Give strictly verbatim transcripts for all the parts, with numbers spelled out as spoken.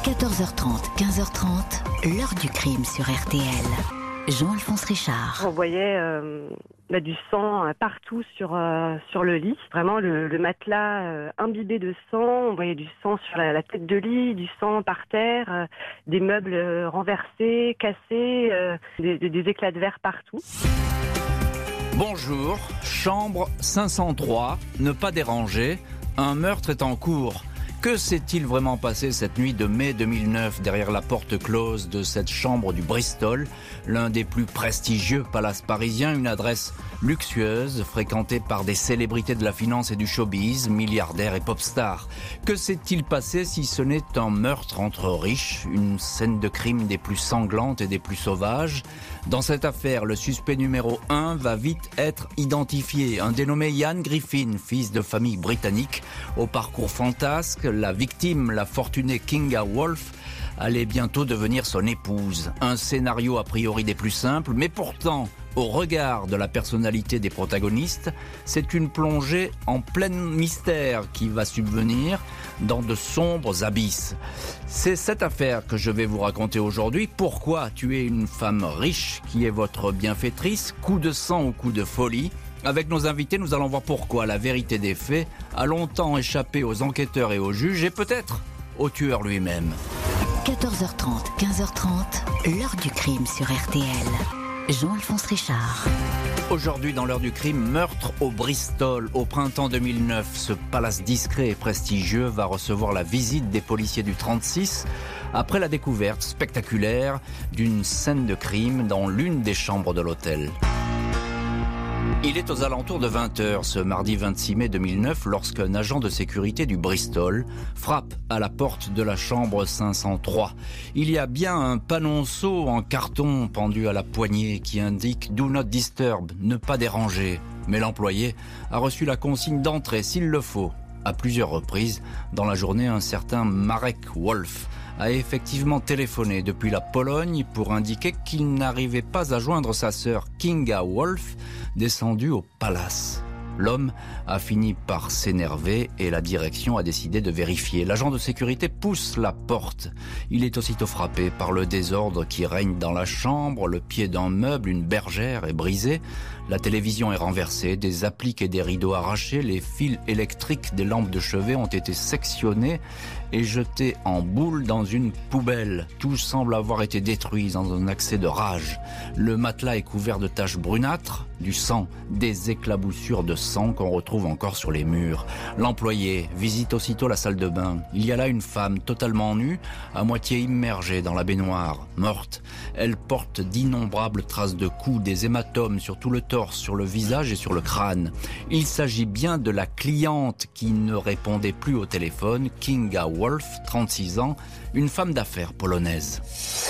quatorze heures trente, quinze heures trente, l'heure du crime sur R T L. Jean-Alphonse Richard. On voyait euh, bah, du sang euh, partout sur, euh, sur le lit. Vraiment le, le matelas euh, imbibé de sang. On voyait du sang sur la, la tête de lit, du sang par terre, euh, des meubles euh, renversés, cassés, euh, des, des éclats de verre partout. Bonjour, chambre cinq cent trois, ne pas déranger, un meurtre est en cours. Que s'est-il vraiment passé cette nuit de mai deux mille neuf derrière la porte close de cette chambre du Bristol, l'un des plus prestigieux palaces parisiens, une adresse luxueuse fréquentée par des célébrités de la finance et du showbiz, milliardaires et pop stars. Que s'est-il passé si ce n'est un meurtre entre riches, une scène de crime des plus sanglantes et des plus sauvages? Dans cette affaire, le suspect numéro un va vite être identifié. Un dénommé Ian Griffin, fils de famille britannique, au parcours fantasque. La victime, la fortunée Kinga Wolf, allait bientôt devenir son épouse. Un scénario a priori des plus simples, mais pourtant, au regard de la personnalité des protagonistes, c'est une plongée en plein mystère qui va subvenir dans de sombres abysses. C'est cette affaire que je vais vous raconter aujourd'hui. Pourquoi tuer une femme riche qui est votre bienfaitrice? Coup de sang ou coup de folie? Avec nos invités, nous allons voir pourquoi la vérité des faits a longtemps échappé aux enquêteurs et aux juges et peut-être au tueur lui-même. quatorze heures trente, quinze heures trente, l'heure du crime sur R T L. Jean-Alphonse Richard. Aujourd'hui, dans l'heure du crime, meurtre au Bristol. Au printemps deux mille neuf, ce palace discret et prestigieux va recevoir la visite des policiers du trente-six après la découverte spectaculaire d'une scène de crime dans l'une des chambres de l'hôtel. Il est aux alentours de vingt heures ce mardi vingt-six mai deux mille neuf lorsqu'un agent de sécurité du Bristol frappe à la porte de la chambre cinq cent trois. Il y a bien un panonceau en carton pendu à la poignée qui indique « Do not disturb », ne pas déranger. Mais l'employé a reçu la consigne d'entrer s'il le faut. À plusieurs reprises, dans la journée, un certain Marek Wolf a effectivement téléphoné depuis la Pologne pour indiquer qu'il n'arrivait pas à joindre sa sœur Kinga Wolf, descendue au palace. L'homme a fini par s'énerver et la direction a décidé de vérifier. L'agent de sécurité pousse la porte. Il est aussitôt frappé par le désordre qui règne dans la chambre. Le pied d'un meuble, une bergère, est brisé. La télévision est renversée, des appliques et des rideaux arrachés. Les fils électriques des lampes de chevet ont été sectionnés et jetés en boule dans une poubelle. Tout semble avoir été détruit dans un accès de rage. Le matelas est couvert de taches brunâtres, du sang, des éclaboussures de sang qu'on retrouve encore sur les murs. L'employé visite aussitôt la salle de bain. Il y a là une femme totalement nue, à moitié immergée dans la baignoire, morte. Elle porte d'innombrables traces de coups, des hématomes sur tout le torse, sur le visage et sur le crâne. Il s'agit bien de la cliente qui ne répondait plus au téléphone, Kinga Wolf, trente-six ans, une femme d'affaires polonaise.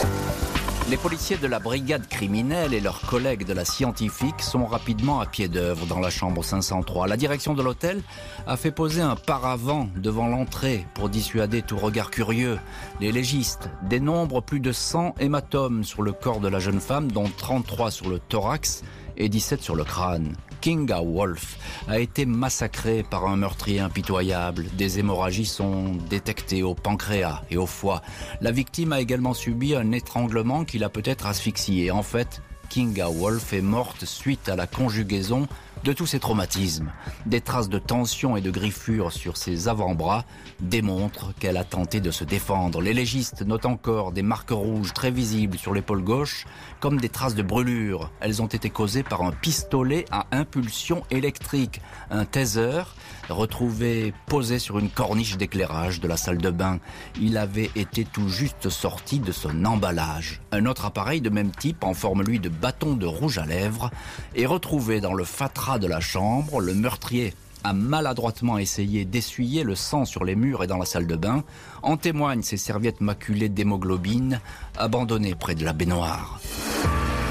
Les policiers de la brigade criminelle et leurs collègues de la scientifique sont rapidement à pied d'œuvre dans la chambre cinq cent trois. La direction de l'hôtel a fait poser un paravent devant l'entrée pour dissuader tout regard curieux. Les légistes dénombrent plus de cent hématomes sur le corps de la jeune femme, dont trente-trois sur le thorax et dix-sept sur le crâne. Kinga Wolf a été massacrée par un meurtrier impitoyable. Des hémorragies sont détectées au pancréas et au foie. La victime a également subi un étranglement qui l'a peut-être asphyxiée. En fait, Kinga Wolf est morte suite à la conjugaison de tous ces traumatismes. Des traces de tension et de griffures sur ses avant-bras démontrent qu'elle a tenté de se défendre. Les légistes notent encore des marques rouges très visibles sur l'épaule gauche, comme des traces de brûlure. Elles ont été causées par un pistolet à impulsion électrique, un taser, retrouvé posé sur une corniche d'éclairage de la salle de bain. Il avait été tout juste sorti de son emballage. Un autre appareil de même type, en forme lui de bâton de rouge à lèvres, est retrouvé dans le fatras de la chambre. Le meurtrier a maladroitement essayé d'essuyer le sang sur les murs et dans la salle de bain. En témoignent ces serviettes maculées d'hémoglobine abandonnées près de la baignoire.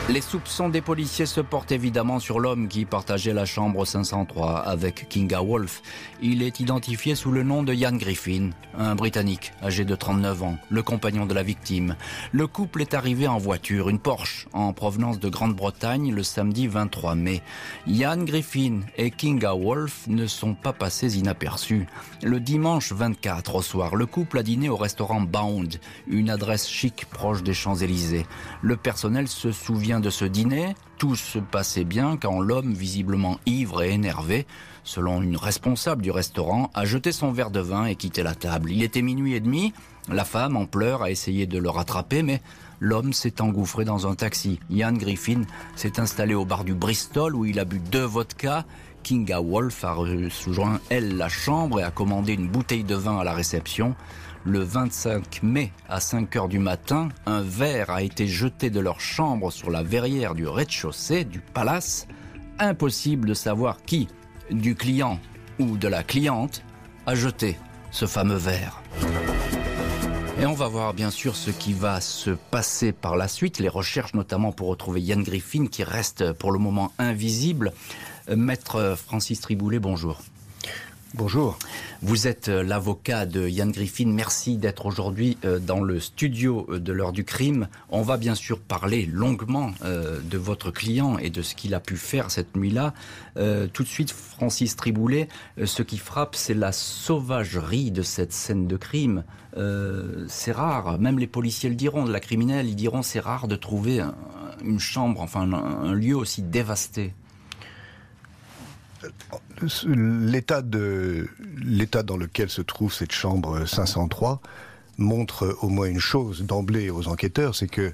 Les soupçons des policiers se portent évidemment sur l'homme qui partageait la chambre cinq cent trois avec Kinga Wolf. Il est identifié sous le nom de Ian Griffin, un Britannique âgé de trente-neuf ans, le compagnon de la victime. Le couple est arrivé en voiture, une Porsche, en provenance de Grande-Bretagne le samedi vingt-trois mai. Ian Griffin et Kinga Wolf ne sont pas passés inaperçus. Le dimanche vingt-quatre au soir, le couple a dîné au restaurant Bound, une adresse chic proche des Champs-Élysées. Le personnel se souvient de ce dîner, tout se passait bien quand l'homme, visiblement ivre et énervé, selon une responsable du restaurant, a jeté son verre de vin et quitté la table. Il était minuit et demi, la femme, en pleurs, a essayé de le rattraper, mais l'homme s'est engouffré dans un taxi. Ian Griffin s'est installé au bar du Bristol où il a bu deux vodkas. Kinga Wolf a rejoint, elle, la chambre et a commandé une bouteille de vin à la réception. Le vingt-cinq mai, à cinq heures du matin, un verre a été jeté de leur chambre sur la verrière du rez-de-chaussée du palace. Impossible de savoir qui, du client ou de la cliente, a jeté ce fameux verre. Et on va voir bien sûr ce qui va se passer par la suite, les recherches notamment pour retrouver Ian Griffin qui reste pour le moment invisible. Maître Francis Triboulet, bonjour. Bonjour. Vous êtes l'avocat de Ian Griffin. Merci d'être aujourd'hui dans le studio de l'heure du crime. On va bien sûr parler longuement de votre client et de ce qu'il a pu faire cette nuit-là. Tout de suite, Francis Triboulet, ce qui frappe, c'est la sauvagerie de cette scène de crime. C'est rare, même les policiers le diront, de la criminelle, ils diront c'est rare de trouver une chambre, enfin un lieu aussi dévasté. L'état, de, l'état dans lequel se trouve cette chambre cinq cent trois montre au moins une chose d'emblée aux enquêteurs, c'est que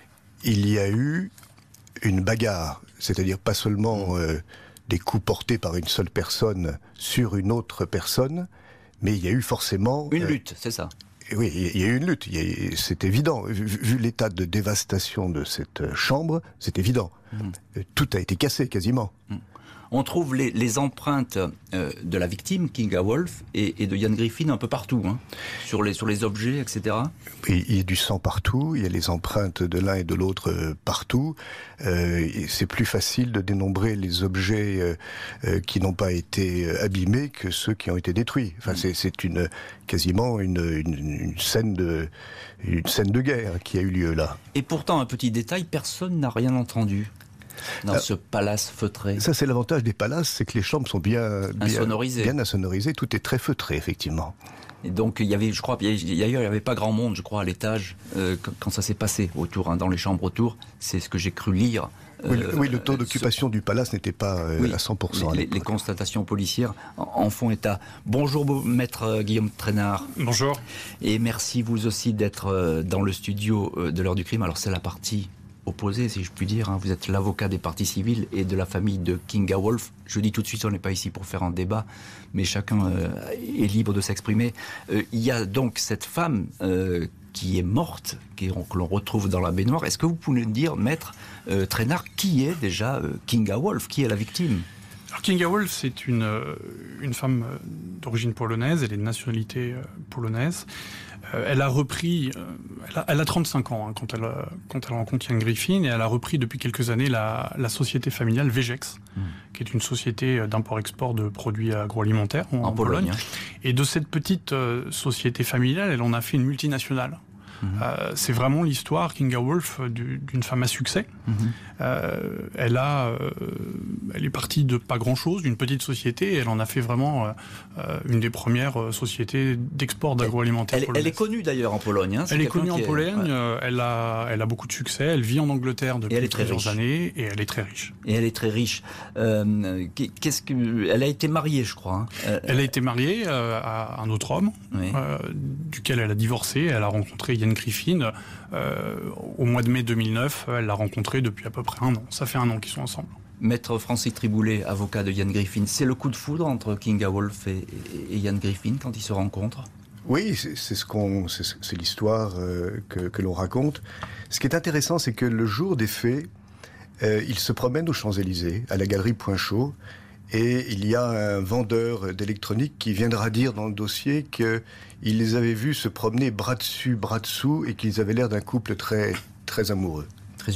il y a eu une bagarre, c'est-à-dire pas seulement euh, des coups portés par une seule personne sur une autre personne, mais il y a eu forcément... Une lutte, euh, c'est ça. Oui, il y a eu une lutte, il y a, c'est évident. Vu, vu l'état de dévastation de cette chambre, c'est évident. Mmh. Tout a été cassé, quasiment. Mmh. On trouve les, les empreintes euh, de la victime, Kinga Wolf, et, et de Ian Griffin un peu partout, hein, sur, les, sur les objets, et cetera. Et il y a du sang partout, il y a les empreintes de l'un et de l'autre euh, partout. Euh, c'est plus facile de dénombrer les objets euh, euh, qui n'ont pas été abîmés que ceux qui ont été détruits. Enfin, mmh. c'est, c'est une, quasiment une, une, une, scène de, une scène de guerre qui a eu lieu là. Et pourtant, un petit détail, personne n'a rien entendu dans ce palace feutré. Ça, c'est l'avantage des palaces, c'est que les chambres sont bien, bien insonorisées. Bien insonorisées. Tout est très feutré, effectivement. Et donc, il y avait, je crois, d'ailleurs, il n'y avait pas grand monde, je crois, à l'étage, euh, quand ça s'est passé autour, hein, dans les chambres autour. C'est ce que j'ai cru lire. Oui, le, oui, le taux d'occupation ce... du palace n'était pas euh, oui, à cent pour cent. Les, les constatations policières en font état. Bonjour, maître Guillaume Trainard. Bonjour. Et merci vous aussi d'être dans le studio de l'heure du crime. Alors, c'est la partie opposé, si je puis dire. Hein. Vous êtes l'avocat des parties civiles et de la famille de Kinga Wolf. Je dis tout de suite, on n'est pas ici pour faire un débat, mais chacun euh, est libre de s'exprimer. Euh, il y a donc cette femme euh, qui est morte, qui, que l'on retrouve dans la baignoire. Est-ce que vous pouvez nous dire, maître euh, Trainard, qui est déjà euh, Kinga Wolf? Qui est la victime? Alors, Kinga Wolf, c'est une, une femme d'origine polonaise, elle est de nationalité polonaise. Elle a repris, elle a, elle a trente-cinq ans hein, quand, elle, quand elle rencontre Ian Griffin, et elle a repris depuis quelques années la, la société familiale Vegex, mmh. qui est une société d'import-export de produits agroalimentaires en, en Pologne. Pologne hein. Et de cette petite euh, société familiale, elle en a fait une multinationale. Mmh. Euh, c'est vraiment l'histoire, Kinga Wolf, du, d'une femme à succès. Mmh. Euh, elle a, euh, elle est partie de pas grand-chose, d'une petite société, et elle en a fait vraiment euh, une des premières sociétés d'export d'agroalimentaire. Elle, elle est connue d'ailleurs en Pologne. Hein, elle est connue en est... Pologne. Ouais. Euh, elle a, elle a beaucoup de succès. Elle vit en Angleterre depuis plusieurs riche. années, et elle est très riche. Et elle est très riche. Euh, qu'est-ce que, elle a été mariée, je crois. Hein. Elle a été mariée euh, à un autre homme, oui. euh, duquel elle a divorcé. Elle a rencontré Ian Griffin euh, au mois de mai deux mille neuf. Elle l'a rencontré depuis à peu près un an. Ça fait un an qu'ils sont ensemble. Maître Francis Triboulet, avocat de Ian Griffin, c'est le coup de foudre entre Kinga Wolf et, et Ian Griffin quand ils se rencontrent? Oui, c'est, c'est, ce qu'on, c'est, c'est l'histoire euh, que, que l'on raconte. Ce qui est intéressant, c'est que le jour des faits, euh, ils se promènent aux Champs-Élysées, à la galerie Point Chaud, et il y a un vendeur d'électronique qui viendra dire dans le dossier qu'il les avait vus se promener bras dessus, bras dessous, et qu'ils avaient l'air d'un couple très, très amoureux. Très unis.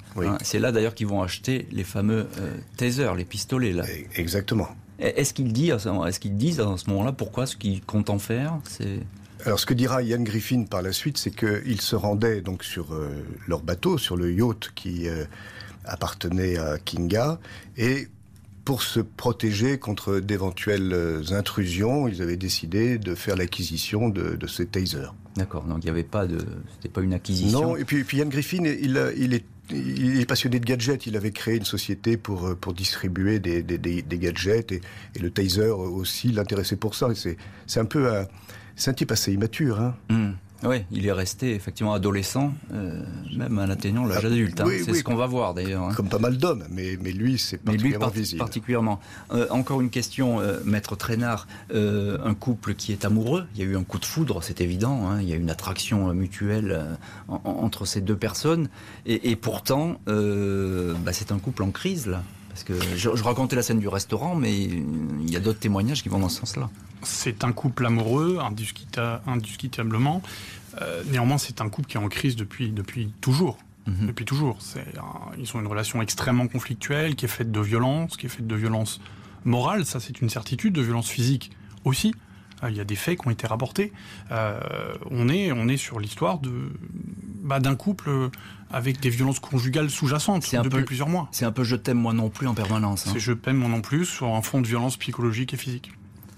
Oui. Hein, c'est là d'ailleurs qu'ils vont acheter les fameux euh, tasers, les pistolets là. Exactement. Est-ce qu'ils disent, est-ce qu'ils disent à ce moment-là pourquoi ce qu'ils comptent en faire? C'est... Alors, ce que dira Ian Griffin par la suite, c'est qu'ils se rendaient donc sur euh, leur bateau, sur le yacht qui euh, appartenait à Kinga, et pour se protéger contre d'éventuelles intrusions, ils avaient décidé de faire l'acquisition de, de ces tasers. D'accord, donc il n'y avait pas de, c'était pas une acquisition. Non, et puis, et puis Ian Griffin, il, il est Il est passionné de gadgets. Il avait créé une société pour, pour distribuer des, des, des, des gadgets, et, et le taser aussi l'intéressait pour ça. Et c'est, c'est un peu un, c'est un type assez immature. Hein. Mmh. Oui, il est resté effectivement adolescent, euh, même en atteignant l'âge ah, adulte. Hein. Oui, c'est oui, ce qu'on va voir d'ailleurs. Hein. Comme pas mal d'hommes, mais, mais lui, c'est particulièrement mais lui, par- visible. Particulièrement. Euh, encore une question, euh, Maître Traînard. Euh, un couple qui est amoureux, il y a eu un coup de foudre, c'est évident. Hein, il y a une attraction mutuelle euh, en, entre ces deux personnes. Et, et pourtant, euh, bah, c'est un couple en crise, là. Parce que je, je racontais la scène du restaurant, mais il y a d'autres témoignages qui vont dans ce sens-là. C'est un couple amoureux, indiscuta- indiscutablement. Euh, néanmoins, c'est un couple qui est en crise depuis, depuis toujours. Mmh. Depuis toujours. C'est un, ils ont une relation extrêmement conflictuelle, qui est faite de violence, qui est faite de violence morale, ça c'est une certitude, de violence physique aussi. Euh, il y a des faits qui ont été rapportés. Euh, on est, on est sur l'histoire de, bah, d'un couple avec des violences conjugales sous-jacentes c'est depuis peu, plusieurs mois. C'est un peu « je t'aime moi non plus » en permanence. Hein. C'est « je t'aime moi non plus » sur un fond de violence psychologique et physique.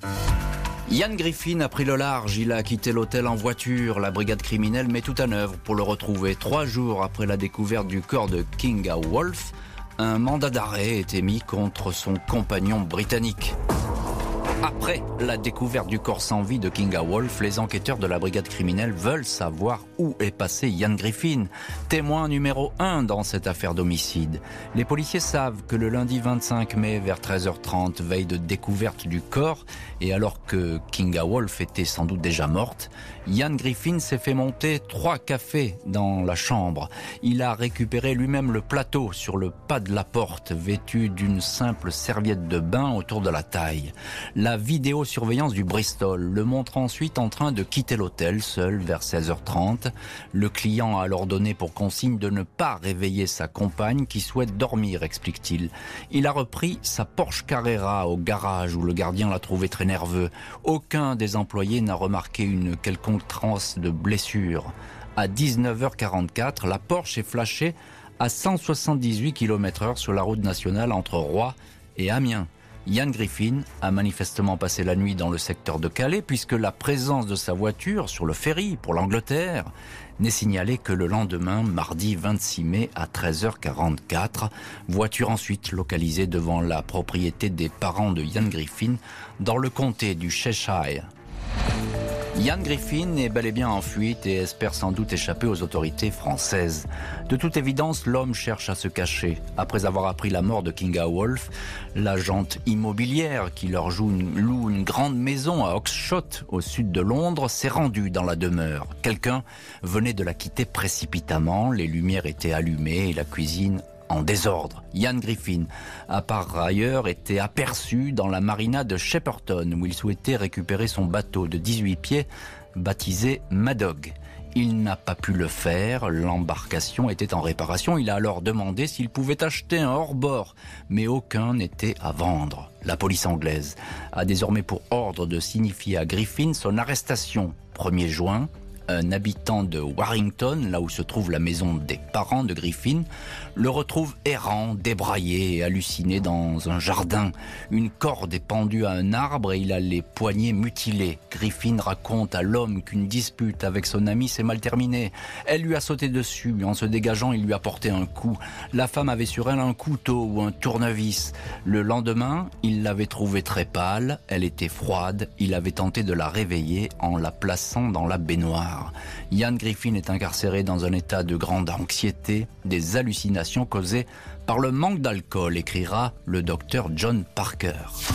Ian Griffin a pris le large, il a quitté l'hôtel en voiture. La brigade criminelle met tout en œuvre pour le retrouver. Trois jours après la découverte du corps de Kinga Wolf, un mandat d'arrêt est émis contre son compagnon britannique. Après la découverte du corps sans vie de Kinga Wolf, les enquêteurs de la brigade criminelle veulent savoir où est passé Ian Griffin, témoin numéro un dans cette affaire d'homicide. Les policiers savent que le lundi vingt-cinq mai, vers treize heures trente, veille de découverte du corps, et alors que Kinga Wolf était sans doute déjà morte, Ian Griffin s'est fait monter trois cafés dans la chambre. Il a récupéré lui-même le plateau sur le pas de la porte, vêtu d'une simple serviette de bain autour de la taille. La vidéosurveillance du Bristol le montre ensuite en train de quitter l'hôtel, seul vers seize heures trente. Le client a alors donné pour consigne de ne pas réveiller sa compagne qui souhaite dormir, explique-t-il. Il a repris sa Porsche Carrera au garage où le gardien l'a trouvé très nerveux. Aucun des employés n'a remarqué une quelconque trace de blessure. À dix-neuf heures quarante-quatre, la Porsche est flashée à cent soixante-dix-huit kilomètres heure sur la route nationale entre Roye et Amiens. Ian Griffin a manifestement passé la nuit dans le secteur de Calais puisque la présence de sa voiture sur le ferry pour l'Angleterre n'est signalée que le lendemain, mardi vingt-six mai à treize heures quarante-quatre. Voiture ensuite localisée devant la propriété des parents de Ian Griffin dans le comté du Cheshire. Ian Griffin est bel et bien en fuite et espère sans doute échapper aux autorités françaises. De toute évidence, l'homme cherche à se cacher. Après avoir appris la mort de Kinga Wolf, l'agente immobilière qui leur joue une, loue une grande maison à Oxshott, au sud de Londres, s'est rendue dans la demeure. Quelqu'un venait de la quitter précipitamment, les lumières étaient allumées et la cuisine en désordre. Ian Griffin a par ailleurs été aperçu dans la marina de Shepperton où il souhaitait récupérer son bateau de dix-huit pieds baptisé Madog. Il n'a pas pu le faire, l'embarcation était en réparation. Il a alors demandé s'il pouvait acheter un hors-bord, mais aucun n'était à vendre. La police anglaise a désormais pour ordre de signifier à Griffin son arrestation. premier juin, un habitant de Warrington, là où se trouve la maison des parents de Griffin, le retrouve errant, débraillé et halluciné dans un jardin. Une corde est pendue à un arbre et il a les poignets mutilés. Griffin raconte à l'homme qu'une dispute avec son ami s'est mal terminée. Elle lui a sauté dessus. En se dégageant, il lui a porté un coup. La femme avait sur elle un couteau ou un tournevis. Le lendemain, il l'avait trouvée très pâle. Elle était froide. Il avait tenté de la réveiller en la plaçant dans la baignoire. Ian Griffin est incarcéré dans un état de grande anxiété, des hallucinations causées par le manque d'alcool, écrira le docteur John Parker.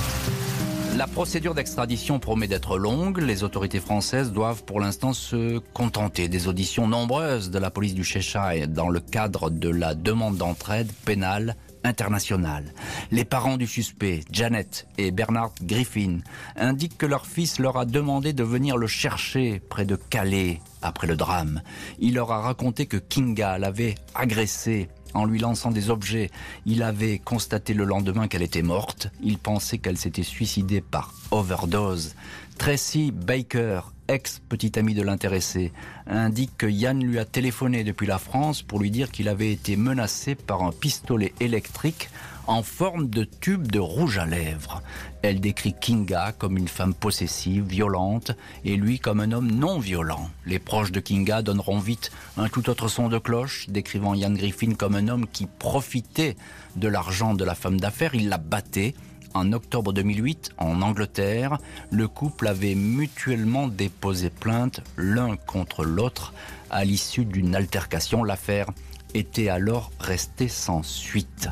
La procédure d'extradition promet d'être longue. Les autorités françaises doivent pour l'instant se contenter des auditions nombreuses de la police du Cheshire dans le cadre de la demande d'entraide pénale internationale. Les parents du suspect, Janet et Bernard Griffin, indiquent que leur fils leur a demandé de venir le chercher près de Calais après le drame. Il leur a raconté que Kinga l'avait agressé en lui lançant des objets. Il avait constaté le lendemain qu'elle était morte. Il pensait qu'elle s'était suicidée par overdose. Tracy Baker, ex-petite amie de l'intéressé, indique que Yann lui a téléphoné depuis la France pour lui dire qu'il avait été menacé par un pistolet électrique en forme de tube de rouge à lèvres. Elle décrit Kinga comme une femme possessive, violente, et lui comme un homme non violent. Les proches de Kinga donneront vite un tout autre son de cloche, décrivant Ian Griffin comme un homme qui profitait de l'argent de la femme d'affaires. Il la battait. En octobre deux mille huit, en Angleterre, le couple avait mutuellement déposé plainte l'un contre l'autre à l'issue d'une altercation. L'affaire était alors restée sans suite.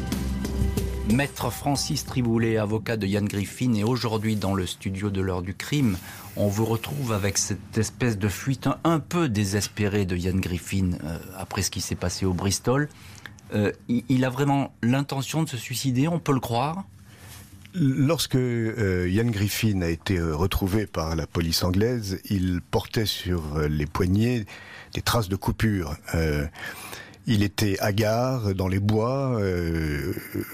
Maître Francis Triboulet, avocat de Ian Griffin, est aujourd'hui dans le studio de l'heure du crime. On vous retrouve avec cette espèce de fuite un, un peu désespérée de Ian Griffin euh, après ce qui s'est passé au Bristol. Euh, il, il a vraiment l'intention de se suicider, on peut le croire ? Lorsque euh, Ian Griffin a été euh, retrouvé par la police anglaise, il portait sur euh, les poignets des traces de coupures. Euh, Il était hagard dans les bois, euh,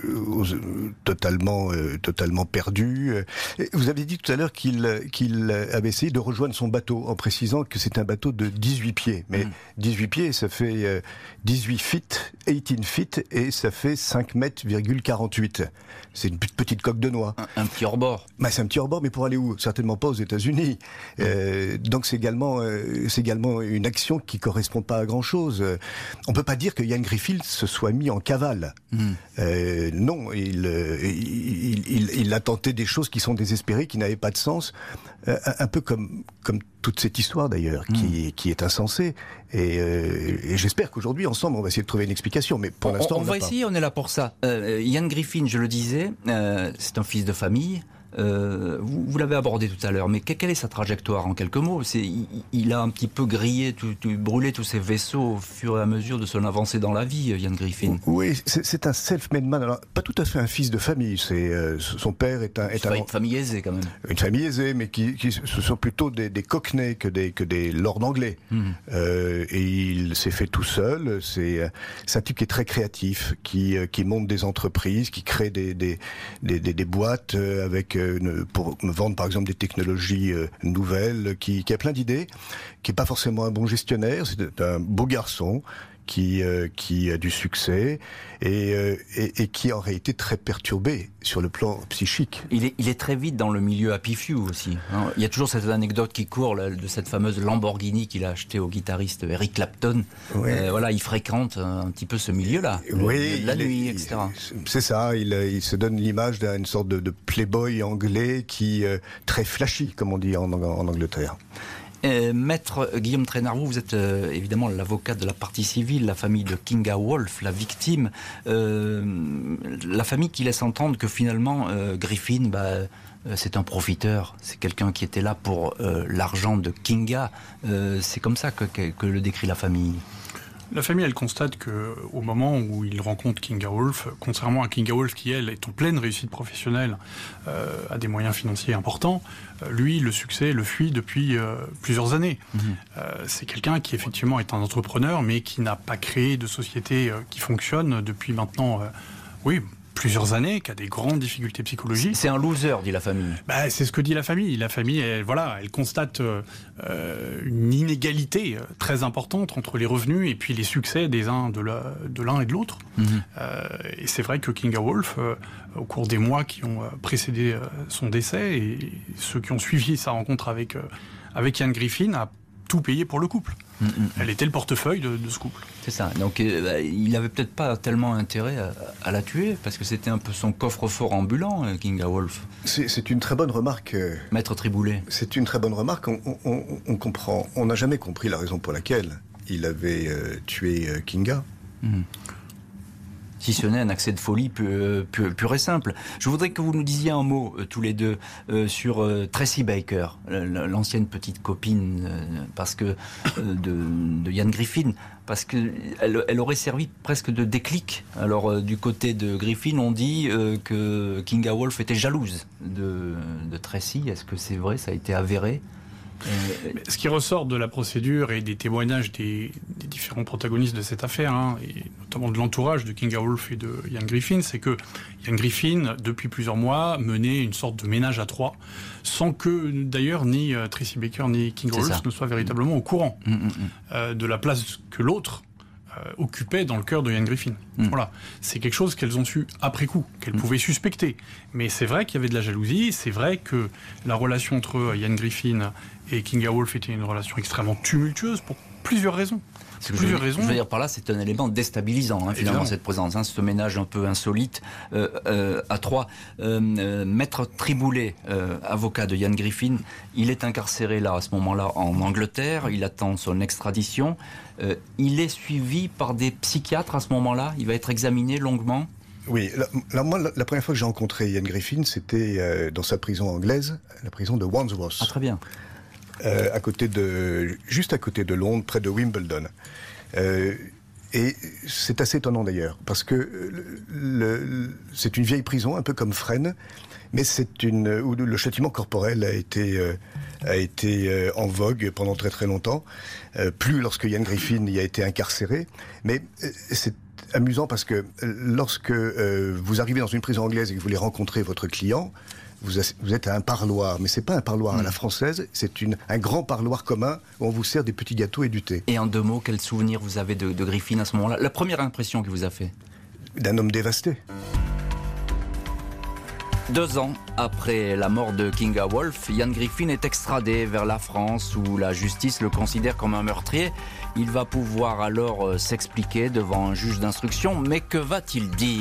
euh, totalement, euh, totalement perdu. Vous avez dit tout à l'heure qu'il, qu'il avait essayé de rejoindre son bateau, en précisant que c'est un bateau de dix-huit pieds. Mais mmh. dix-huit pieds, ça fait euh, dix-huit feet, dix-huit feet, et ça fait cinq mètres virgule quarante-huit. C'est une petite coque de noix. Un, un petit hors-bord. Bah, c'est un petit hors-bord, mais pour aller où ? Certainement pas aux États-Unis. Mmh. Euh, donc c'est également, euh, c'est également une action qui correspond pas à grand-chose. On peut pas dire que Ian Griffin se soit mis en cavale. Mmh. Euh, non, il, il, il, il a tenté des choses qui sont désespérées, qui n'avaient pas de sens. Euh, un peu comme, comme toute cette histoire d'ailleurs, mmh. qui, qui est insensée. Et, euh, et j'espère qu'aujourd'hui, ensemble, on va essayer de trouver une explication. Mais pour on, l'instant, on, on, on va pas. essayer, on est là pour ça. Euh, Ian Griffin, je le disais, euh, c'est un fils de famille. Euh, vous, vous l'avez abordé tout à l'heure, mais quelle est sa trajectoire en quelques mots ? C'est, il, il a un petit peu grillé, tout, tout, brûlé tous ses vaisseaux au fur et à mesure de son avancée dans la vie, Ian Griffin. Oui, c'est, c'est un self-made man. Alors, pas tout à fait un fils de famille. C'est, euh, son père est un... Est c'est un, une famille aisée quand même. Une famille aisée, mais qui, qui ce sont plutôt des, des cockneys que des, que des lords anglais. Mmh. Euh, et il s'est fait tout seul. C'est, c'est un type qui est très créatif, qui, qui monte des entreprises, qui crée des, des, des, des, des boîtes avec... Une, pour me vendre par exemple des technologies euh, nouvelles, qui, qui a plein d'idées, qui est pas forcément un bon gestionnaire, c'est un beau garçon qui euh, qui a du succès et, euh, et et qui est en réalité très perturbé sur le plan psychique. Il est il est très vite dans le milieu Happy Few aussi. Hein. Il y a toujours cette anecdote qui court là, de cette fameuse Lamborghini qu'il a achetée au guitariste Eric Clapton. Oui. Euh, voilà, il fréquente un petit peu ce milieu-là, oui, de la nuit, est, et cetera. C'est ça. Il il se donne l'image d'une sorte de, de playboy anglais qui euh, très flashy, comme on dit en, en Angleterre. Euh, Maître Guillaume Trainard, vous êtes euh, évidemment l'avocat de la partie civile, la famille de Kinga Wolf, la victime, euh, la famille qui laisse entendre que finalement euh, Griffin, bah, euh, c'est un profiteur, c'est quelqu'un qui était là pour euh, l'argent de Kinga. Euh, c'est comme ça que, que, que le décrit la famille. La famille, elle constate qu'au moment où il rencontre Kinga Wolf, contrairement à Kinga Wolf qui, elle, est en pleine réussite professionnelle, euh, a des moyens financiers importants, euh, lui, le succès le fuit depuis euh, plusieurs années. Mmh. Euh, c'est quelqu'un qui, effectivement, est un entrepreneur, mais qui n'a pas créé de société euh, qui fonctionne depuis maintenant, euh, oui, plusieurs années, qui a des grandes difficultés psychologiques. C'est un loser, dit la famille. Bah, c'est ce que dit la famille. La famille, elle, voilà, elle constate euh, une inégalité très importante entre les revenus et puis les succès des uns de, la, de l'un et de l'autre. Mmh. Euh, et c'est vrai que Kinga Wolf, euh, au cours des mois qui ont précédé euh, son décès et ceux qui ont suivi sa rencontre avec, euh, avec Ian Griffin, a tout payé pour le couple. Mmh, mmh. Elle était le portefeuille de, de ce couple. C'est ça. Donc euh, il n'avait peut-être pas tellement intérêt à, à la tuer, parce que c'était un peu son coffre-fort ambulant, euh, Kinga Wolf. C'est, c'est une très bonne remarque. Euh, Maître Triboulet. C'est une très bonne remarque. On, on, on comprend. On n'a jamais compris la raison pour laquelle il avait euh, tué euh, Kinga. Mmh. Si ce n'est un accès de folie pur, pur, pur et simple. Je voudrais que vous nous disiez un mot, euh, tous les deux, euh, sur euh, Tracy Baker, l'ancienne petite copine euh, parce que, euh, de, de Ian Griffin, parce qu'elle elle aurait servi presque de déclic. Alors, euh, du côté de Griffin, on dit euh, que Kinga Wolf était jalouse de, de Tracy. Est-ce que c'est vrai? Ça a été avéré? Euh... Ce qui ressort de la procédure et des témoignages des, des différents protagonistes de cette affaire, hein, et notamment de l'entourage de Kinga Wolf et de Ian Griffin, c'est que Ian Griffin, depuis plusieurs mois, menait une sorte de ménage à trois, sans que d'ailleurs ni euh, Tracy Baker ni Kinga Wolf ne soient véritablement mmh. au courant mmh, mmh. Euh, de la place que l'autre Euh, occupait dans le cœur de Ian Griffin. Mmh. Voilà. C'est quelque chose qu'elles ont su après coup, qu'elles mmh. pouvaient suspecter. Mais c'est vrai qu'il y avait de la jalousie, c'est vrai que la relation entre Ian Griffin et Kinga Wolf était une relation extrêmement tumultueuse pour plusieurs raisons. Ce que plusieurs je, raisons. Je veux dire par là, c'est un élément déstabilisant, hein, finalement, Évidemment. cette présence, hein, ce ménage un peu insolite euh, euh, à trois. Euh, euh, Maître Triboulet, euh, avocat de Ian Griffin, il est incarcéré là, à ce moment-là, en Angleterre. Il attend son extradition. Euh, il est suivi par des psychiatres à ce moment-là. Il va être examiné longuement. Oui, là, là, moi, la, la première fois que j'ai rencontré Ian Griffin, c'était euh, dans sa prison anglaise, la prison de Wandsworth. Ah, très bien. Euh, à côté de, juste à côté de Londres, près de Wimbledon. Euh, et c'est assez étonnant d'ailleurs, parce que le, le, c'est une vieille prison, un peu comme Fresnes, mais c'est une où le châtiment corporel a été euh, a été euh, en vogue pendant très très longtemps, euh, plus lorsque Ian Griffin y a été incarcéré, mais euh, c'est amusant parce que lorsque euh, vous arrivez dans une prison anglaise et que vous voulez rencontrer votre client, Vous, vous êtes à un parloir, mais c'est pas un parloir mmh. à la française, c'est une, un grand parloir commun où on vous sert des petits gâteaux et du thé. Et en deux mots, quel souvenir vous avez de, de Griffin à ce moment-là? La première impression qu'il vous a fait? D'un homme dévasté. Deux ans après la mort de Kinga Wolf, Ian Griffin est extradé vers la France où la justice le considère comme un meurtrier. Il va pouvoir alors euh, s'expliquer devant un juge d'instruction, mais que va-t-il dire ?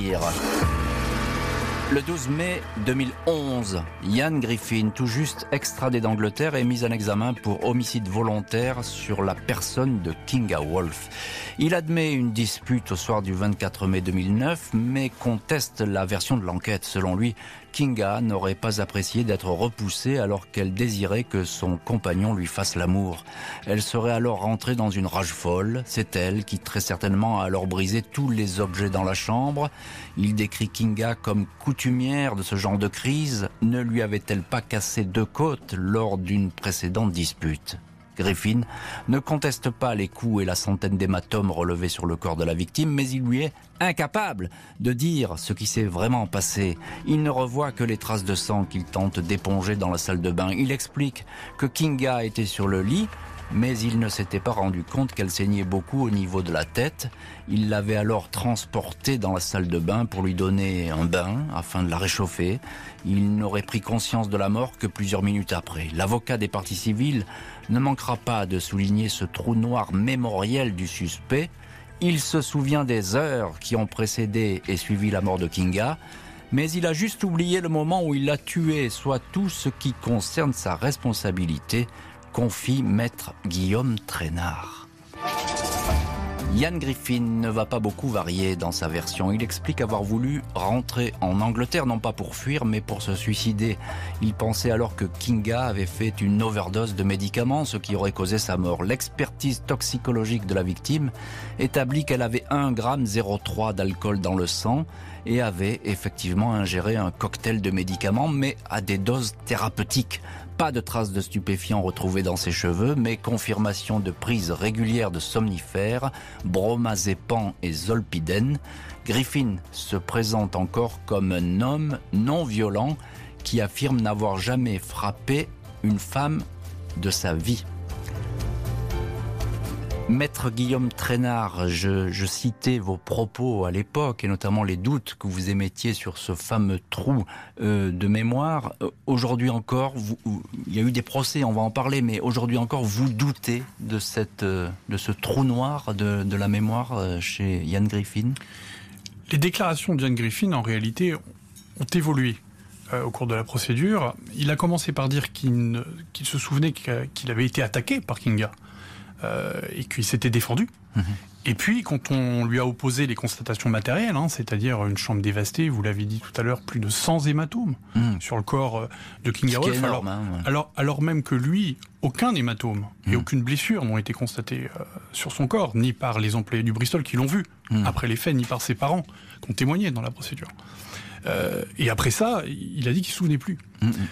Le douze mai deux mille onze, Ian Griffin, tout juste extradé d'Angleterre, est mis en examen pour homicide volontaire sur la personne de Kinga Wolf. Il admet une dispute au soir du vingt-quatre mai deux mille neuf, mais conteste la version de l'enquête. Selon lui, Kinga n'aurait pas apprécié d'être repoussée alors qu'elle désirait que son compagnon lui fasse l'amour. Elle serait alors rentrée dans une rage folle. C'est elle qui très certainement a alors brisé tous les objets dans la chambre. Il décrit Kinga comme coutumière de ce genre de crise. Ne lui avait-elle pas cassé deux côtes lors d'une précédente dispute ? Griffin ne conteste pas les coups et la centaine d'hématomes relevés sur le corps de la victime, mais il lui est incapable de dire ce qui s'est vraiment passé. Il ne revoit que les traces de sang qu'il tente d'éponger dans la salle de bain. Il explique que Kinga était sur le lit, mais il ne s'était pas rendu compte qu'elle saignait beaucoup au niveau de la tête. Il l'avait alors transportée dans la salle de bain pour lui donner un bain afin de la réchauffer. Il n'aurait pris conscience de la mort que plusieurs minutes après. L'avocat des parties civiles ne manquera pas de souligner ce trou noir mémoriel du suspect. Il se souvient des heures qui ont précédé et suivi la mort de Kinga, mais il a juste oublié le moment où il l'a tuée, soit tout ce qui concerne sa responsabilité, confie maître Guillaume Traînard. Ian Griffin ne va pas beaucoup varier dans sa version. Il explique avoir voulu rentrer en Angleterre, non pas pour fuir, mais pour se suicider. Il pensait alors que Kinga avait fait une overdose de médicaments, ce qui aurait causé sa mort. L'expertise toxicologique de la victime établit qu'elle avait un virgule zéro trois grammes d'alcool dans le sang et avait effectivement ingéré un cocktail de médicaments, mais à des doses thérapeutiques. Pas de traces de stupéfiants retrouvés dans ses cheveux, mais confirmation de prise régulière de somnifères, bromazépam et zolpidem. Griffin se présente encore comme un homme non violent qui affirme n'avoir jamais frappé une femme de sa vie. Maître Guillaume Traînard, je, je citais vos propos à l'époque et notamment les doutes que vous émettiez sur ce fameux trou euh, de mémoire. Euh, aujourd'hui encore, vous, il y a eu des procès, on va en parler, mais aujourd'hui encore, vous doutez de, cette, euh, de ce trou noir de, de la mémoire euh, chez Ian Griffin ? Les déclarations d'Ian Griffin, en réalité, ont évolué euh, au cours de la procédure. Il a commencé par dire qu'il, ne, qu'il se souvenait qu'il avait été attaqué par Kinga. Euh, et qu'il s'était défendu. Mmh. Et puis, quand on lui a opposé les constatations matérielles, hein, c'est-à-dire une chambre dévastée, vous l'avez dit tout à l'heure, plus de cent hématomes mmh. sur le corps de Kinga Wolf, alors, hein, ouais. alors, alors même que lui, aucun hématome mmh. et aucune blessure n'ont été constatés euh, sur son corps, ni par les employés du Bristol qui l'ont vu mmh. après les faits, ni par ses parents qui ont témoigné dans la procédure. Euh, et après ça, il a dit qu'il ne se souvenait plus. Mmh.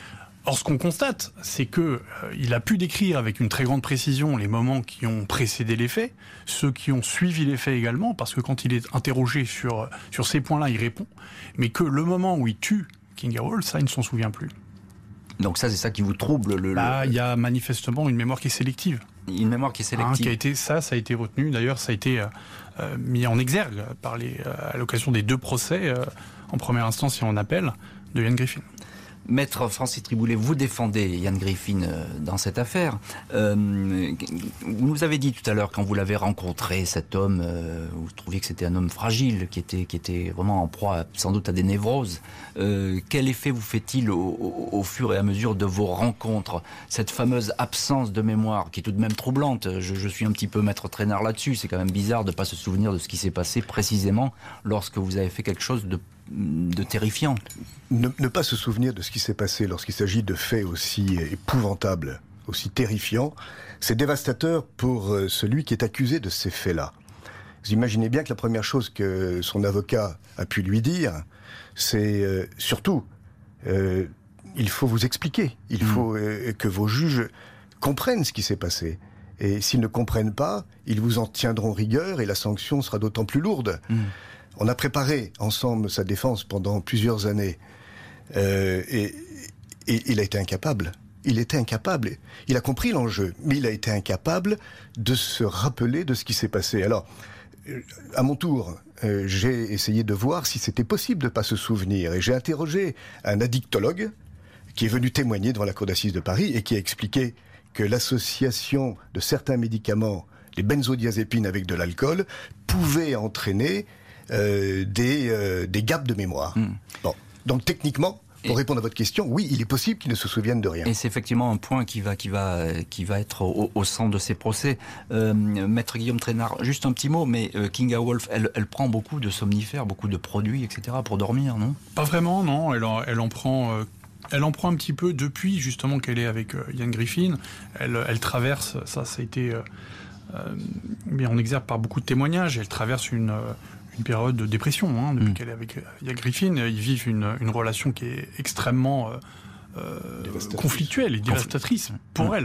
Or, ce qu'on constate, c'est que euh, il a pu décrire avec une très grande précision les moments qui ont précédé les faits, ceux qui ont suivi les faits également, parce que quand il est interrogé sur, sur ces points-là, il répond, mais que le moment où il tue Kinga Wolf, ça, il ne s'en souvient plus. Donc ça, c'est ça qui vous trouble le... Bah, le... il y a manifestement une mémoire qui est sélective. Une mémoire qui est sélective. Hein, qui a été, ça, ça a été retenu. D'ailleurs, ça a été euh, mis en exergue par les, euh, à l'occasion des deux procès, euh, en première instance et en appel, de Ian Griffin. Maître Francis Triboulet, vous défendez Ian Griffin dans cette affaire. Euh, vous nous avez dit tout à l'heure, quand vous l'avez rencontré, cet homme, euh, vous trouviez que c'était un homme fragile, qui était, qui était vraiment en proie sans doute à des névroses. Euh, quel effet vous fait-il au, au, au fur et à mesure de vos rencontres? Cette fameuse absence de mémoire, qui est tout de même troublante. Je, je suis un petit peu maître traînard là-dessus. C'est quand même bizarre de ne pas se souvenir de ce qui s'est passé précisément lorsque vous avez fait quelque chose de de terrifiant. Ne, ne pas se souvenir de ce qui s'est passé lorsqu'il s'agit de faits aussi épouvantables, aussi terrifiants, c'est dévastateur pour celui qui est accusé de ces faits-là. Vous imaginez bien que la première chose que son avocat a pu lui dire, c'est euh, surtout, euh, il faut vous expliquer, il faut euh, que vos juges comprennent ce qui s'est passé. Et s'ils ne comprennent pas, ils vous en tiendront rigueur et la sanction sera d'autant plus lourde. Mmh. On a préparé ensemble sa défense pendant plusieurs années. Euh, et, et il a été incapable. Il était incapable. Il a compris l'enjeu, mais il a été incapable de se rappeler de ce qui s'est passé. Alors, à mon tour, euh, j'ai essayé de voir si c'était possible de ne pas se souvenir. Et j'ai interrogé un addictologue qui est venu témoigner devant la cour d'assises de Paris et qui a expliqué que l'association de certains médicaments, les benzodiazépines avec de l'alcool, pouvait entraîner Euh, des, euh, des gaps de mémoire. Mmh. Bon. Donc techniquement, pour et répondre à votre question, oui, il est possible qu'il ne se souvienne de rien. Et c'est effectivement un point qui va, qui va, qui va être au, au centre de ces procès. Euh, Maître Guillaume Traînard, juste un petit mot, mais euh, Kinga Wolf, elle, elle prend beaucoup de somnifères, beaucoup de produits, et cetera pour dormir, non? Pas vraiment, non. Elle en, elle en prend... Euh... Elle en prend un petit peu depuis justement qu'elle est avec euh, Ian Griffin. Elle, elle traverse, ça, ça a été euh, euh, mis en exergue par beaucoup de témoignages. Elle traverse une, euh, une période de dépression hein, depuis mmh. qu'elle est avec Ian Griffin. Ils vivent une, une relation qui est extrêmement euh, euh, conflictuelle et dévastatrice Confl- pour mmh. elle.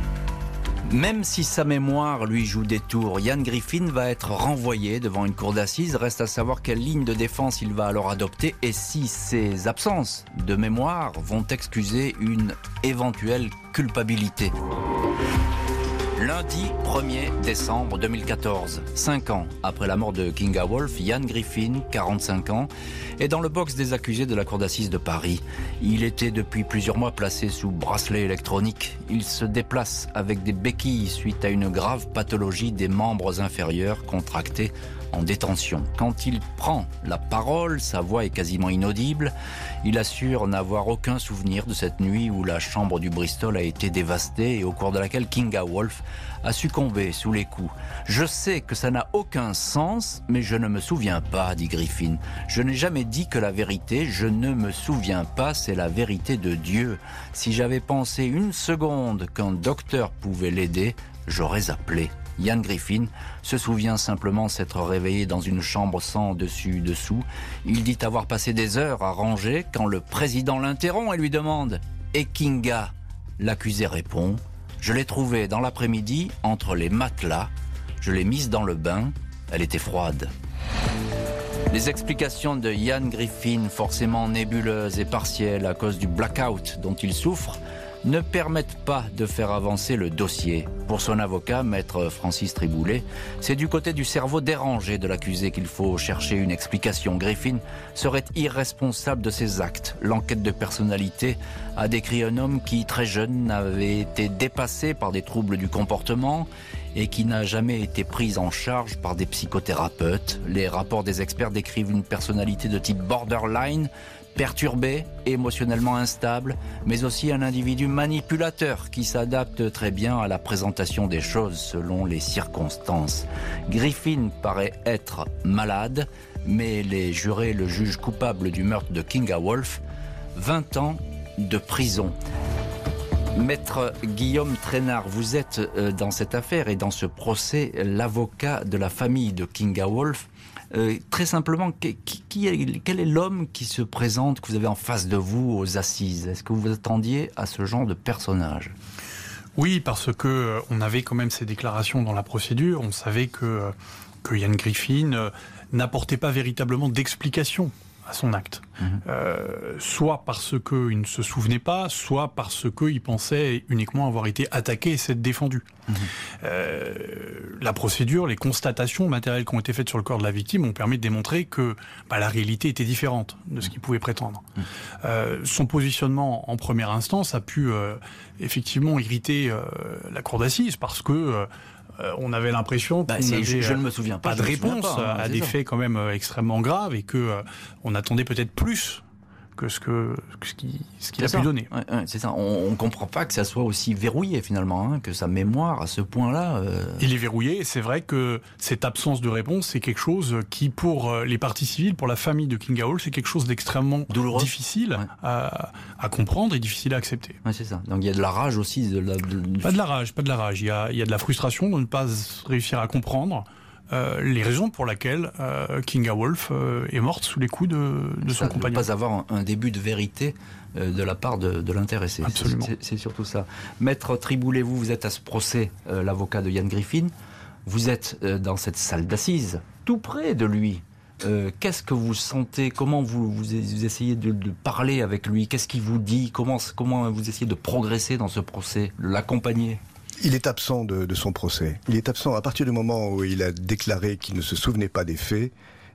Même si sa mémoire lui joue des tours, Ian Griffin va être renvoyé devant une cour d'assises. Reste à savoir quelle ligne de défense il va alors adopter et si ces absences de mémoire vont excuser une éventuelle culpabilité. Lundi premier décembre deux mille quatorze, cinq ans après la mort de Kinga Wolf, Ian Griffin, quarante-cinq ans, est dans le box des accusés de la cour d'assises de Paris. Il était depuis plusieurs mois placé sous bracelet électronique. Il se déplace avec des béquilles suite à une grave pathologie des membres inférieurs contractés en détention. Quand il prend la parole, sa voix est quasiment inaudible. Il assure n'avoir aucun souvenir de cette nuit où la chambre du Bristol a été dévastée et au cours de laquelle Kinga Wolf a succombé sous les coups. « Je sais que ça n'a aucun sens, mais je ne me souviens pas, dit Griffin. Je n'ai jamais dit que la vérité, je ne me souviens pas, c'est la vérité de Dieu. Si j'avais pensé une seconde qu'un docteur pouvait l'aider, j'aurais appelé. » Ian Griffin se souvient simplement s'être réveillé dans une chambre sans dessus-dessous. Il dit avoir passé des heures à ranger quand le président l'interrompt et lui demande « Et Kinga ?» L'accusé répond « Je l'ai trouvée dans l'après-midi entre les matelas. Je l'ai mise dans le bain. Elle était froide. » Les explications de Ian Griffin, forcément nébuleuses et partielles à cause du blackout dont il souffre, ne permettent pas de faire avancer le dossier. Pour son avocat, maître Francis Triboulet, c'est du côté du cerveau dérangé de l'accusé qu'il faut chercher une explication. Griffin serait irresponsable de ses actes. L'enquête de personnalité a décrit un homme qui, très jeune, avait été dépassé par des troubles du comportement et qui n'a jamais été pris en charge par des psychothérapeutes. Les rapports des experts décrivent une personnalité de type borderline, perturbé, émotionnellement instable, mais aussi un individu manipulateur qui s'adapte très bien à la présentation des choses selon les circonstances. Griffin paraît être malade, mais les jurés le jugent coupable du meurtre de Kinga Wolf. vingt ans de prison. Maître Guillaume Trainard, vous êtes dans cette affaire et dans ce procès l'avocat de la famille de Kinga Wolf. Euh, très simplement, qui, qui est, quel est l'homme qui se présente, que vous avez en face de vous aux assises? Est-ce que vous vous attendiez à ce genre de personnage? Oui, parce que euh, on avait quand même ces déclarations dans la procédure. On savait que, euh, que Ian Griffin euh, n'apportait pas véritablement d'explication à son acte. Mmh. Euh, soit parce qu'il ne se souvenait pas, soit parce qu'il pensait uniquement avoir été attaqué et s'être défendu. Mmh. Euh, la procédure, les constatations matérielles qui ont été faites sur le corps de la victime ont permis de démontrer que bah, la réalité était différente de ce qu'il pouvait prétendre. Mmh. Euh, son positionnement en première instance a pu euh, effectivement irriter euh, la cour d'assises parce que euh, Euh, on avait l'impression bah, qu'on avait je, je ne me souviens pas, pas de réponse pas, hein, à des ça. faits quand même euh, extrêmement graves et que euh, on attendait peut-être plus que ce que ce qu'il ce qu'il a ça. pu donner. Ouais, ouais, c'est ça. On ne comprend pas que ça soit aussi verrouillé finalement, hein, que sa mémoire à ce point-là. Euh... Il est verrouillé. Et c'est vrai que cette absence de réponse, c'est quelque chose qui, pour les parties civiles, pour la famille de Kinga Wolf, c'est quelque chose d'extrêmement douloureux, difficile ouais. à, à comprendre et difficile à accepter. Ouais, c'est ça. Donc il y a de la rage aussi. De la, de... Pas de la rage, pas de la rage. Il y a, il y a de la frustration de ne pas réussir à comprendre. Euh, les raisons pour lesquelles euh, Kinga Wolf euh, est morte sous les coups de, de son ça, compagnon. Ne pas avoir un, un début de vérité euh, de la part de, de l'intéressé. Absolument. C'est, c'est surtout ça. Maître Triboulet, vous, vous êtes à ce procès, euh, l'avocat de Ian Griffin. Vous êtes euh, dans cette salle d'assises, tout près de lui. Euh, qu'est-ce que vous sentez? Comment vous, vous, vous essayez de, de parler avec lui? Qu'est-ce qu'il vous dit? Comment, comment vous essayez de progresser dans ce procès, de l'accompagner? Il est absent de, de son procès. Il est absent à partir du moment où il a déclaré qu'il ne se souvenait pas des faits.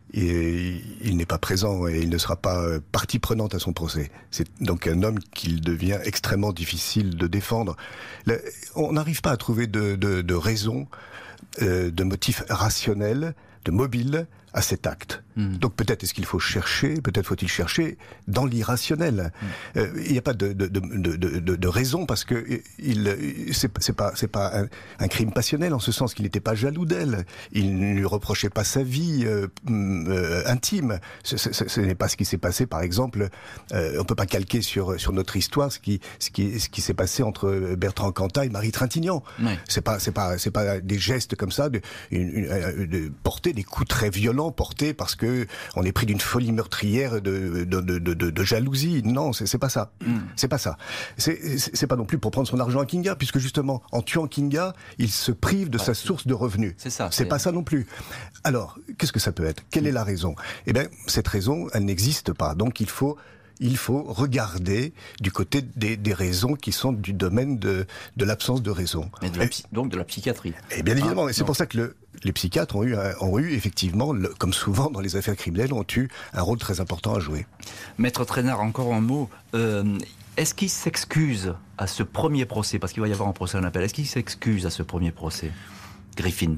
Et il n'est pas présent et il ne sera pas partie prenante à son procès. C'est donc un homme qu'il devient extrêmement difficile de défendre. Le, on n'arrive pas à trouver de, de, de raison, euh, de motif rationnel, de mobile à cet acte. Mmh. Donc peut-être est-ce qu'il faut chercher, peut-être faut-il chercher dans l'irrationnel. Mmh. Euh, il n'y a pas de, de, de, de, de, de raison parce que il, c'est, c'est pas, c'est pas un, un crime passionnel en ce sens qu'il n'était pas jaloux d'elle. Il ne lui reprochait pas sa vie euh, euh, intime. Ce, ce, ce n'est pas ce qui s'est passé, par exemple. Euh, on peut pas calquer sur sur notre histoire ce qui ce qui ce qui s'est passé entre Bertrand Cantat et Marie Trintignant. Mmh. C'est pas c'est pas c'est pas des gestes comme ça de, une, une, de porter des coups très violents portés parce que on est pris d'une folie meurtrière de de de de, de jalousie. Non, c'est c'est pas ça. Mm. C'est pas ça. C'est c'est pas non plus pour prendre son argent à Kinga, puisque justement en tuant Kinga, il se prive de ouais, sa source de revenus. C'est ça. C'est, c'est pas ça non plus. Alors, qu'est-ce que ça peut être? Quelle mm. est la raison? Eh bien, cette raison, elle n'existe pas. Donc, il faut il faut regarder du côté des, des raisons qui sont du domaine de, de l'absence de raison. Et de la, donc de la psychiatrie. Et bien évidemment, ah, et c'est non. pour ça que le, les psychiatres ont eu, ont eu effectivement, le, comme souvent dans les affaires criminelles, ont eu un rôle très important à jouer. Maître Trainard, encore un mot. Euh, est-ce qu'il s'excuse à ce premier procès, parce qu'il va y avoir un procès en appel, est-ce qu'il s'excuse à ce premier procès, Griffin?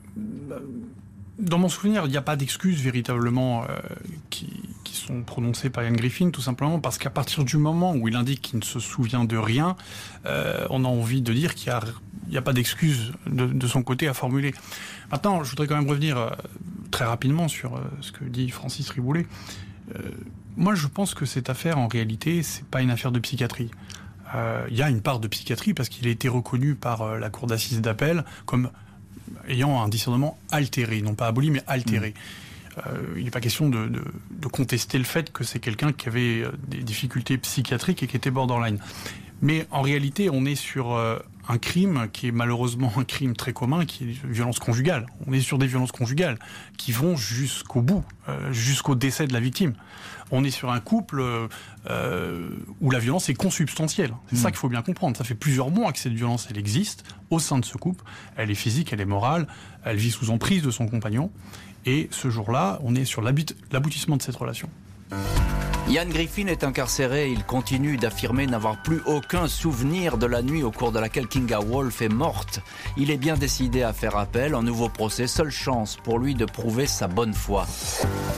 Dans mon souvenir, il n'y a pas d'excuses véritablement euh, qui, qui sont prononcées par Ian Griffin, tout simplement parce qu'à partir du moment où il indique qu'il ne se souvient de rien, euh, on a envie de dire qu'il n'y a, a pas d'excuses de, de son côté à formuler. Maintenant, je voudrais quand même revenir euh, très rapidement sur euh, ce que dit Francis Triboulet. Euh, moi, je pense que cette affaire, en réalité, c'est pas une affaire de psychiatrie. Il euh, y a une part de psychiatrie parce qu'il a été reconnu par euh, la cour d'assises d'appel comme ayant un discernement altéré, non pas aboli, mais altéré. Mmh. Euh, il n'est pas question de, de, de contester le fait que c'est quelqu'un qui avait des difficultés psychiatriques et qui était borderline. Mais en réalité, on est sur euh, un crime qui est malheureusement un crime très commun, qui est violence conjugale. On est sur des violences conjugales qui vont jusqu'au bout, euh, jusqu'au décès de la victime. On est sur un couple euh, où la violence est consubstantielle. C'est mmh. ça qu'il faut bien comprendre. Ça fait plusieurs mois que cette violence, elle existe au sein de ce couple. Elle est physique, elle est morale, elle vit sous emprise de son compagnon. Et ce jour-là, on est sur l'aboutissement de cette relation. Ian Griffin est incarcéré. Il continue d'affirmer n'avoir plus aucun souvenir de la nuit au cours de laquelle Kinga Wolf est morte. Il est bien décidé à faire appel. Un nouveau procès, seule chance pour lui de prouver sa bonne foi.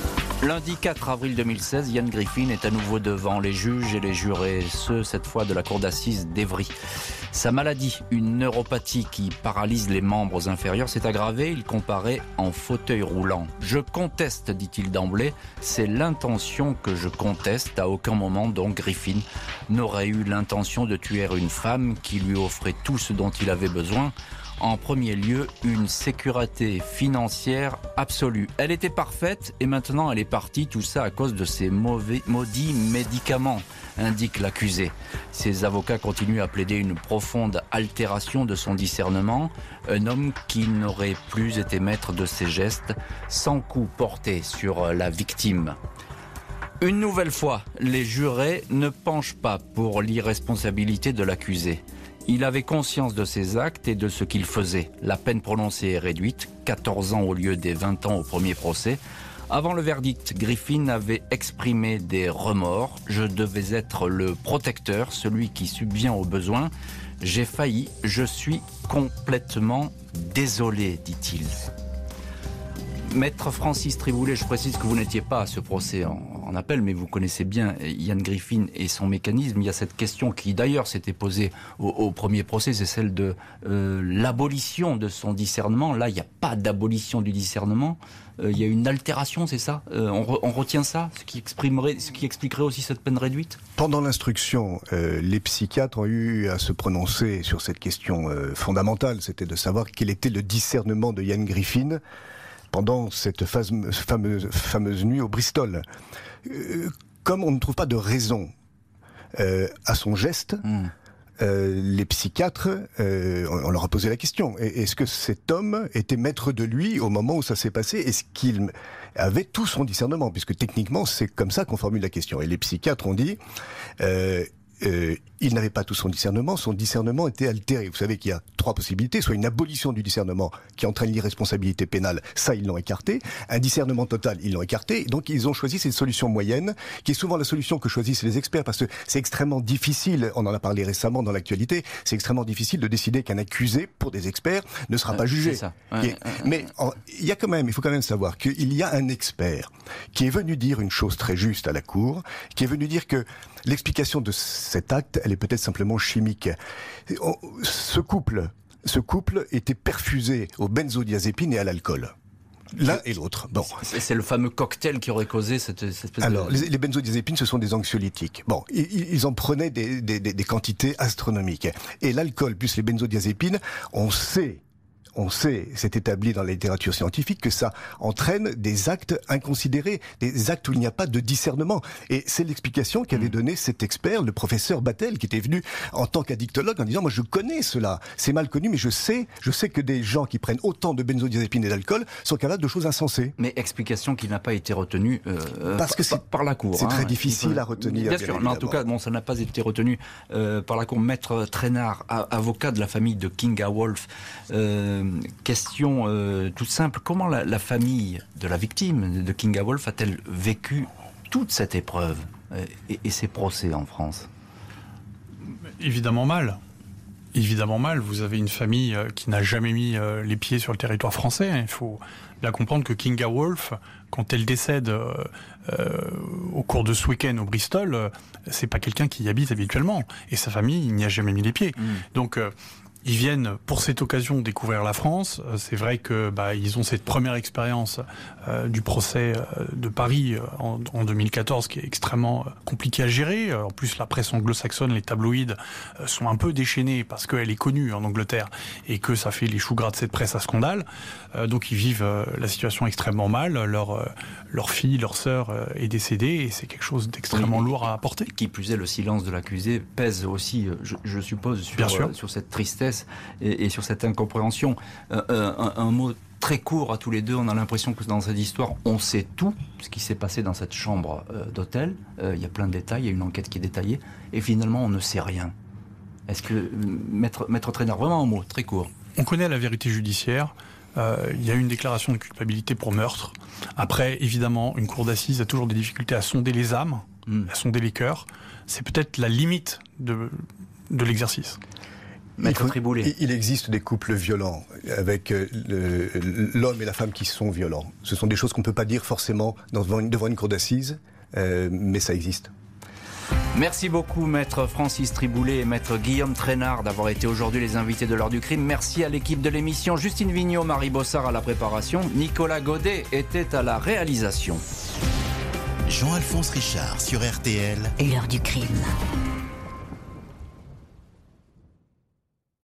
Lundi quatre avril deux mille seize, Ian Griffin est à nouveau devant les juges et les jurés, ceux cette fois de la cour d'assises d'Evry. Sa maladie, une neuropathie qui paralyse les membres inférieurs, s'est aggravée. Il comparaît en fauteuil roulant. Je conteste, dit-il d'emblée, c'est l'intention que je conteste. À aucun moment, donc, Griffin n'aurait eu l'intention de tuer une femme qui lui offrait tout ce dont il avait besoin. En premier lieu, une sécurité financière absolue. Elle était parfaite et maintenant elle est partie, tout ça à cause de ces mauvais, maudits médicaments, indique l'accusé. Ses avocats continuent à plaider une profonde altération de son discernement. Un homme qui n'aurait plus été maître de ses gestes, sans coup porté sur la victime. Une nouvelle fois, les jurés ne penchent pas pour l'irresponsabilité de l'accusé. Il avait conscience de ses actes et de ce qu'il faisait. La peine prononcée est réduite, quatorze ans au lieu des vingt ans au premier procès. Avant le verdict, Griffin avait exprimé des remords. Je devais être le protecteur, celui qui subvient aux besoins. J'ai failli, je suis complètement désolé, dit-il. Maître Francis Triboulet, je précise que vous n'étiez pas à ce procès en, en appel, mais vous connaissez bien Ian Griffin et son mécanisme. Il y a cette question qui d'ailleurs s'était posée au, au premier procès, c'est celle de euh, l'abolition de son discernement. Là, il n'y a pas d'abolition du discernement. Euh, il y a une altération, c'est ça euh, on, re, on retient ça, ce qui exprimerait, ce qui expliquerait aussi cette peine réduite. Pendant l'instruction, euh, les psychiatres ont eu à se prononcer sur cette question euh, fondamentale, c'était de savoir quel était le discernement de Ian Griffin pendant cette fameuse, fameuse, fameuse nuit au Bristol. Euh, comme on ne trouve pas de raison euh, à son geste, mmh. euh, les psychiatres, euh, on leur a posé la question. Est-ce que cet homme était maître de lui au moment où ça s'est passé ? Est-ce qu'il avait tout son discernement ? Puisque techniquement, c'est comme ça qu'on formule la question. Et les psychiatres ont dit... Euh, Euh, il n'avait pas tout son discernement, son discernement était altéré. Vous savez qu'il y a trois possibilités, soit une abolition du discernement qui entraîne l'irresponsabilité pénale, ça ils l'ont écarté, un discernement total, ils l'ont écarté, donc ils ont choisi cette solution moyenne, qui est souvent la solution que choisissent les experts, parce que c'est extrêmement difficile, on en a parlé récemment dans l'actualité, c'est extrêmement difficile de décider qu'un accusé, pour des experts, ne sera euh, pas jugé. Ça. Ouais, et, euh, mais en, il y a quand même, il faut quand même savoir qu'il y a un expert qui est venu dire une chose très juste à la cour, qui est venu dire que l'explication de cet acte, elle est peut-être simplement chimique. Ce couple, ce couple était perfusé aux benzodiazépines et à l'alcool. L'un et l'autre. Bon. C'est le fameux cocktail qui aurait causé cette, cette espèce Alors, de... les, les benzodiazépines, ce sont des anxiolytiques. Bon, ils, ils en prenaient des, des, des, des quantités astronomiques. Et l'alcool plus les benzodiazépines, on sait... On sait, c'est établi dans la littérature scientifique, que ça entraîne des actes inconsidérés, des actes où il n'y a pas de discernement. Et c'est l'explication qu'avait donnée cet expert, le professeur Battel, qui était venu en tant qu'addictologue en disant « Moi, je connais cela, c'est mal connu, mais je sais, je sais que des gens qui prennent autant de benzodiazépines et d'alcool sont capables de choses insensées. » Mais explication qui n'a pas été retenue euh, Parce que par, par la Cour. C'est hein, très difficile à retenir. Bien, bien sûr, mais en tout cas, bon, ça n'a pas été retenu euh, par la Cour. Maître Traînard, avocat de la famille de Kinga Wolf, euh, question euh, toute simple, comment la, la famille de la victime de Kinga Wolf a-t-elle vécu toute cette épreuve euh, et, et ces procès en France ? Évidemment mal. Évidemment mal. Vous avez une famille euh, qui n'a jamais mis euh, les pieds sur le territoire français. Il faut bien comprendre que Kinga Wolf, quand elle décède euh, euh, au cours de ce week-end au Bristol, euh, c'est pas quelqu'un qui y habite habituellement. Et sa famille, il n'y a jamais mis les pieds. Mmh. Donc... Euh, Ils viennent pour cette occasion découvrir la France. C'est vrai que bah, ils ont cette première expérience euh, du procès euh, de Paris euh, en, en deux mille quatorze qui est extrêmement euh, compliqué à gérer. Euh, en plus, la presse anglo-saxonne, les tabloïds euh, sont un peu déchaînés parce qu'elle est connue en Angleterre et que ça fait les choux gras de cette presse à scandale. Euh, donc ils vivent euh, la situation extrêmement mal. Leur, euh, leur fille, leur sœur euh, est décédée et c'est quelque chose d'extrêmement oui, lourd à apporter. Qui plus est, le silence de l'accusé pèse aussi, je, je suppose, sur, euh, sur cette tristesse Et, et sur cette incompréhension. Euh, un, un mot très court à tous les deux, on a l'impression que dans cette histoire, on sait tout, ce qui s'est passé dans cette chambre euh, d'hôtel. Euh, il y a plein de détails, il y a une enquête qui est détaillée, et finalement, on ne sait rien. Est-ce que, maître, maître Traînard, vraiment un mot très court. On connaît la vérité judiciaire. Euh, il y a eu une déclaration de culpabilité pour meurtre. Après, évidemment, une cour d'assises a toujours des difficultés à sonder les âmes, mmh. à sonder les cœurs. C'est peut-être la limite de, de l'exercice. Maître Triboulet. Il existe des couples violents avec le, l'homme et la femme qui sont violents. Ce sont des choses qu'on ne peut pas dire forcément devant une, devant une cour d'assises, euh, mais ça existe. Merci beaucoup Maître Francis Triboulet et Maître Guillaume Traînard d'avoir été aujourd'hui les invités de l'heure du crime. Merci à l'équipe de l'émission, Justine Vignot, Marie Bossard à la préparation, Nicolas Godet était à la réalisation. Jean-Alphonse Richard sur R T L. L'heure du crime.